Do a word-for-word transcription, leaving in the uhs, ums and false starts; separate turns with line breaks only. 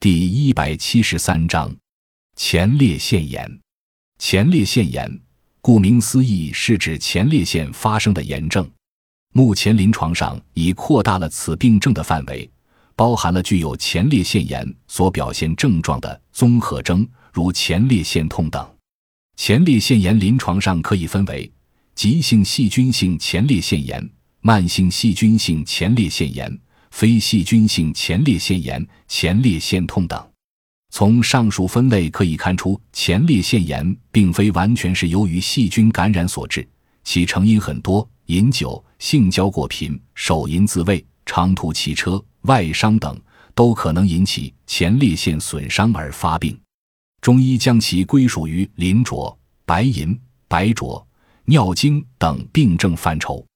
第一百七十三章前列腺炎。前列腺炎顾名思义是指前列腺发生的炎症，目前临床上已扩大了此病症的范围，包含了具有前列腺炎所表现症状的综合征，如前列腺痛等。前列腺炎临床上可以分为急性细菌性前列腺炎、慢性细菌性前列腺炎、非细菌性前列腺炎、前列腺痛等。从上述分类可以看出，前列腺炎并非完全是由于细菌感染所致，其成因很多，饮酒、性交过频、手淫自慰、长途骑车、外伤等都可能引起前列腺损伤而发病。中医将其归属于淋浊、白淫、白浊、尿经等病症范畴。